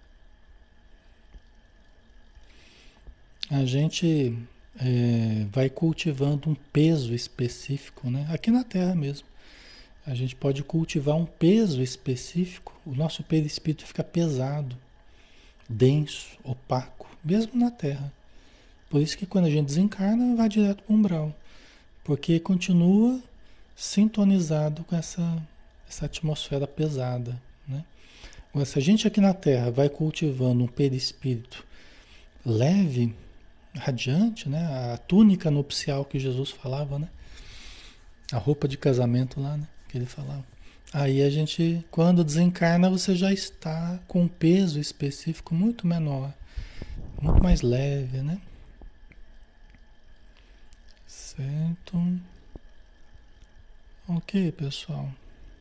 A gente é, vai cultivando um peso específico, né? Aqui na Terra mesmo. A gente pode cultivar um peso específico. O nosso perispírito fica pesado, denso, opaco, mesmo na Terra. Por isso que quando a gente desencarna, vai direto para o umbral. Porque continua sintonizado com essa, essa atmosfera pesada, né? Agora, se a gente aqui na Terra vai cultivando um perispírito leve, radiante, né? A túnica nupcial que Jesus falava, né? A roupa de casamento lá, né? Que ele falava. Aí a gente, quando desencarna, você já está com um peso específico muito menor, muito mais leve, né? Certo. Ok, pessoal.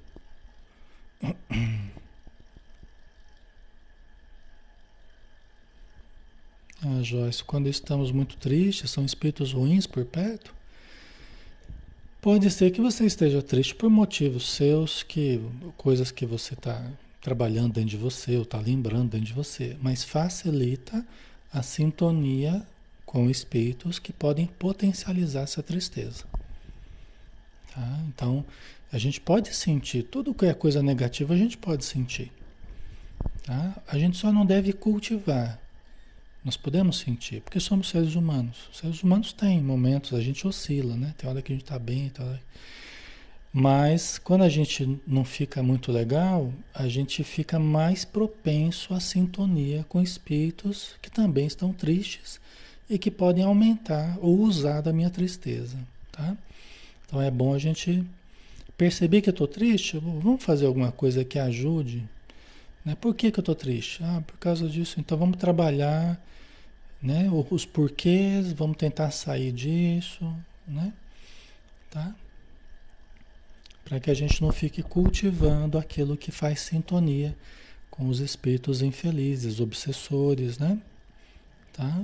Ah, Joyce, quando estamos muito tristes, são espíritos ruins por perto? Pode ser que você esteja triste por motivos seus, que coisas que você está trabalhando dentro de você, ou está lembrando dentro de você, mas facilita a sintonia com espíritos que podem potencializar essa tristeza. Tá? Então, a gente pode sentir, tudo que é coisa negativa a gente pode sentir. Tá? A gente só não deve cultivar. Nós podemos sentir, porque somos seres humanos. Os seres humanos têm momentos, a gente oscila, né? Tem hora que a gente está bem, tem hora... Mas quando a gente não fica muito legal, a gente fica mais propenso à sintonia com espíritos que também estão tristes e que podem aumentar ou usar da minha tristeza, tá? Então é bom a gente perceber que eu estou triste, vamos fazer alguma coisa que ajude, né? Por que que eu estou triste? Ah, por causa disso. Então vamos trabalhar, né? Os porquês, vamos tentar sair disso, né? Tá? Para que a gente não fique cultivando aquilo que faz sintonia com os espíritos infelizes, obsessores, né? Tá?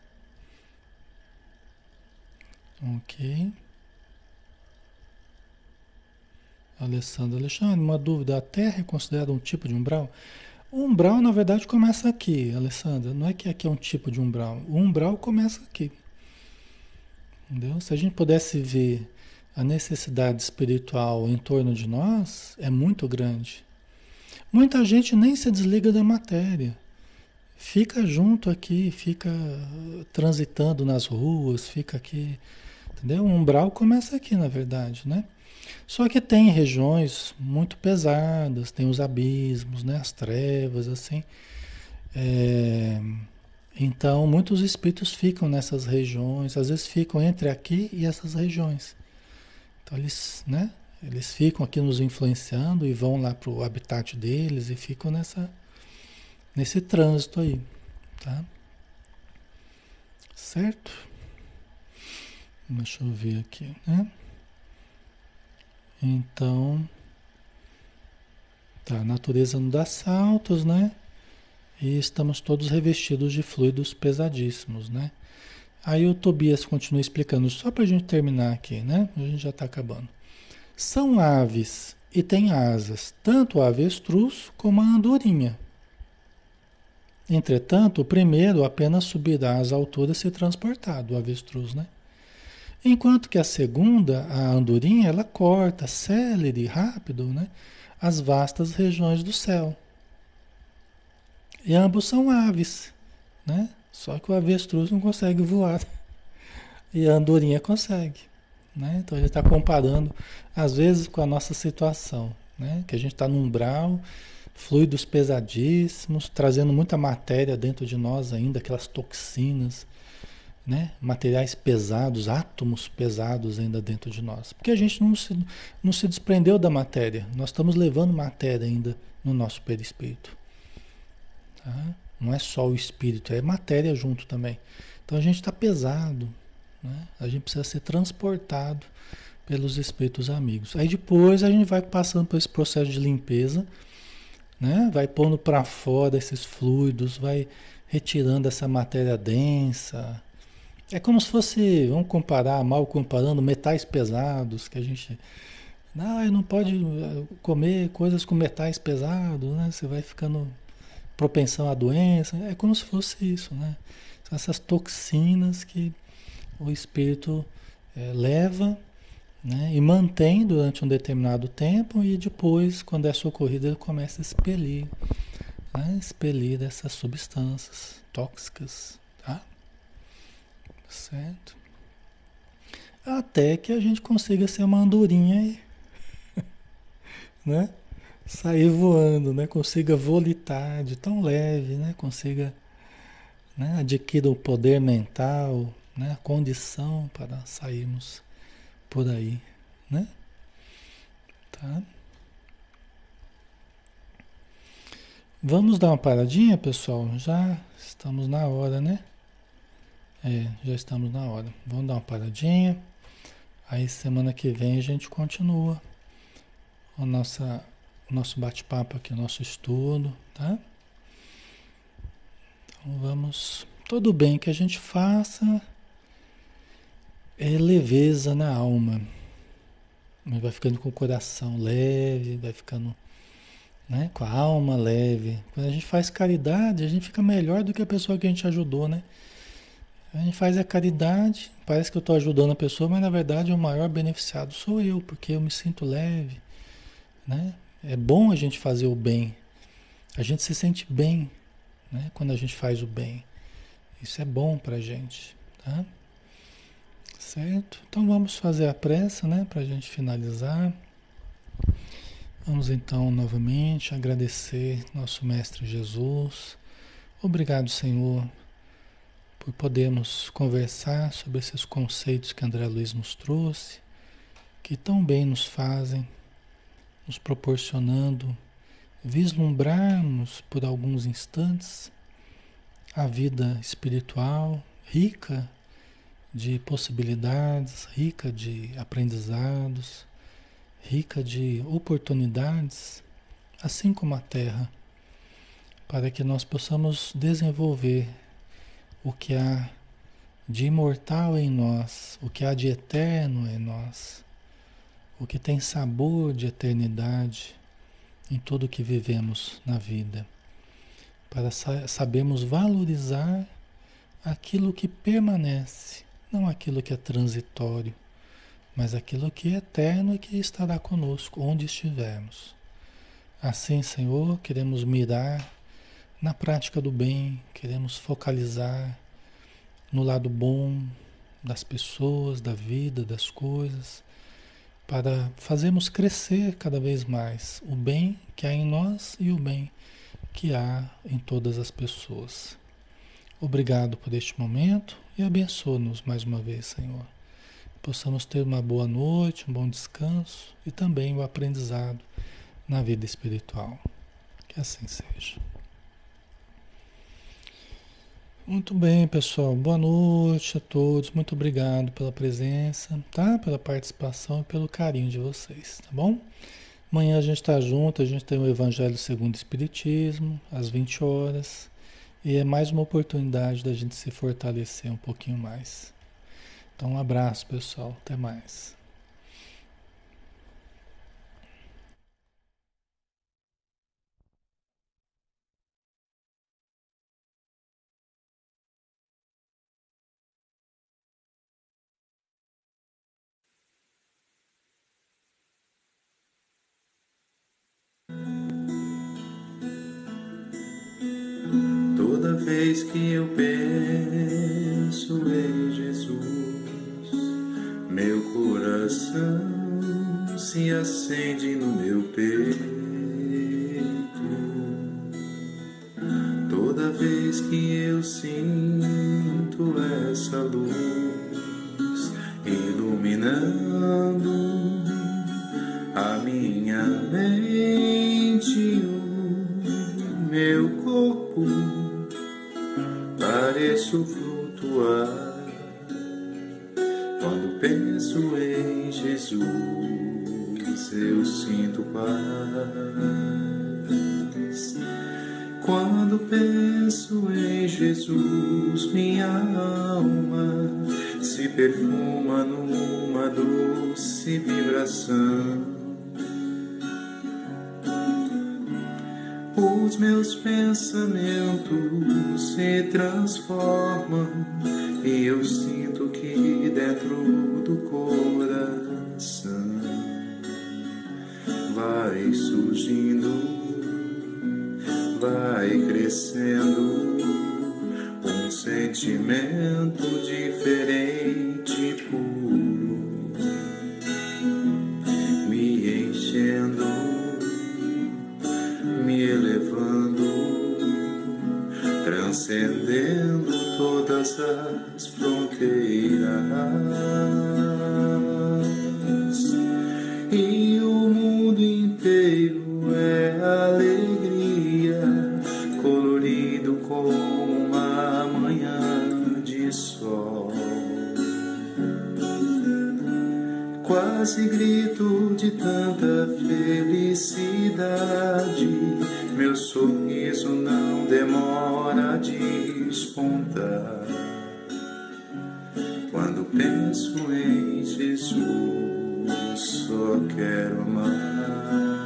Ok. Alessandro Alexandre, uma dúvida. A Terra é considerada um tipo de umbral? O umbral, na verdade, começa aqui, Alessandra. Não é que aqui é um tipo de umbral. O umbral começa aqui. Entendeu? Se a gente pudesse ver a necessidade espiritual em torno de nós, é muito grande. Muita gente nem se desliga da matéria. Fica junto aqui, fica transitando nas ruas, fica aqui, entendeu? O umbral começa aqui, na verdade, né? Só que tem regiões muito pesadas, tem os abismos, né? As trevas, assim. É, então, muitos espíritos ficam nessas regiões, às vezes ficam entre aqui e essas regiões. Então, eles, né? Eles ficam aqui nos influenciando e vão lá para o habitat deles e ficam nessa, nesse trânsito aí, tá? Certo? Deixa eu ver aqui, né? Então, tá, a natureza não dá saltos, né? E estamos todos revestidos de fluidos pesadíssimos, né? Aí o Tobias continua explicando, só para a gente terminar aqui, né? A gente já está acabando. São aves e têm asas, tanto o avestruz como a andorinha. Entretanto, o primeiro apenas subirá às alturas se transportado, o avestruz, né? Enquanto que a segunda, a andorinha, ela corta, célere, rápido, né? As vastas regiões do céu. E ambos são aves, né? Só que o avestruz não consegue voar e a andorinha consegue, né? Então ele está comparando, às vezes, com a nossa situação, né? Que a gente está num umbral, fluidos pesadíssimos, trazendo muita matéria dentro de nós ainda, aquelas toxinas, né? Materiais pesados, átomos pesados ainda dentro de nós. Porque a gente não se, não se desprendeu da matéria, nós estamos levando matéria ainda no nosso perispírito. Tá? Não é só o espírito, é matéria junto também. Então a gente está pesado, né? A gente precisa ser transportado pelos espíritos amigos. Aí depois a gente vai passando por esse processo de limpeza, né? Vai pondo para fora esses fluidos, vai retirando essa matéria densa. É como se fosse, vamos comparar, mal comparando, metais pesados que a gente... Não, não pode comer coisas com metais pesados, né? Você vai ficando... propensão à doença, é como se fosse isso, né? São essas toxinas que o espírito é, leva, né? E mantém durante um determinado tempo e depois, quando é socorrido, ele começa a expelir, né? Expelir essas substâncias tóxicas, tá? Certo? Até que a gente consiga ser uma andorinha aí, né? Sair voando, né? Consiga volitar de tão leve, né? Consiga, né? Adquira o poder mental, né? A condição para sairmos por aí, né? Tá? Vamos dar uma paradinha, pessoal? Já estamos na hora, né? É, já estamos na hora. Vamos dar uma paradinha. Aí semana que vem a gente continua a nossa, o nosso bate-papo aqui, o nosso estudo, tá? Então vamos... Todo bem que a gente faça é leveza na alma. Vai ficando com o coração leve, vai ficando, né, com a alma leve. Quando a gente faz caridade, a gente fica melhor do que a pessoa que a gente ajudou, né? A gente faz a caridade, parece que eu estou ajudando a pessoa, mas na verdade o maior beneficiado sou eu, porque eu me sinto leve, né? É bom a gente fazer o bem. A gente se sente bem, né, quando a gente faz o bem. Isso é bom pra gente, tá? Certo? Então vamos fazer a prece, né, pra gente finalizar. Vamos então novamente agradecer nosso Mestre Jesus. Obrigado, Senhor, por podermos conversar sobre esses conceitos que André Luiz nos trouxe, que tão bem nos fazem, nos proporcionando vislumbrarmos por alguns instantes a vida espiritual rica de possibilidades, rica de aprendizados, rica de oportunidades, assim como a Terra, para que nós possamos desenvolver o que há de imortal em nós, o que há de eterno em nós, o que tem sabor de eternidade em tudo que vivemos na vida, para sa- sabermos valorizar aquilo que permanece, não aquilo que é transitório, mas aquilo que é eterno e que estará conosco onde estivermos. Assim, Senhor, queremos mirar na prática do bem, queremos focalizar no lado bom das pessoas, da vida, das coisas, para fazermos crescer cada vez mais o bem que há em nós e o bem que há em todas as pessoas. Obrigado por este momento e abençoa-nos mais uma vez, Senhor. Possamos ter uma boa noite, um bom descanso e também o aprendizado na vida espiritual. Que assim seja. Muito bem, pessoal. Boa noite a todos. Muito obrigado pela presença, tá? Pela participação e pelo carinho de vocês, tá bom? Amanhã a gente está junto, a gente tem o Evangelho segundo o Espiritismo, às vinte horas. E é mais uma oportunidade da gente se fortalecer um pouquinho mais. Então, um abraço, pessoal. Até mais. Toda vez que eu penso em Jesus, meu coração se acende no meu peito. Toda vez que eu sinto essa luz iluminando a minha mente, o meu corpo, pareço flutuar. Quando penso em Jesus, eu sinto paz. Quando penso em Jesus, minha alma se perfuma numa doce vibração. Os meus pensamentos se transformam e eu sinto que dentro do coração vai surgindo, vai crescendo um sentimento diferente, puro, me enchendo, me elevando, transcendendo todas as fronteiras. E o mundo inteiro é alegria, colorido como uma manhã de sol. Quase grito de tanta felicidade, meu sorriso não demora a despontar. Quando penso em Jesus, só quero amar.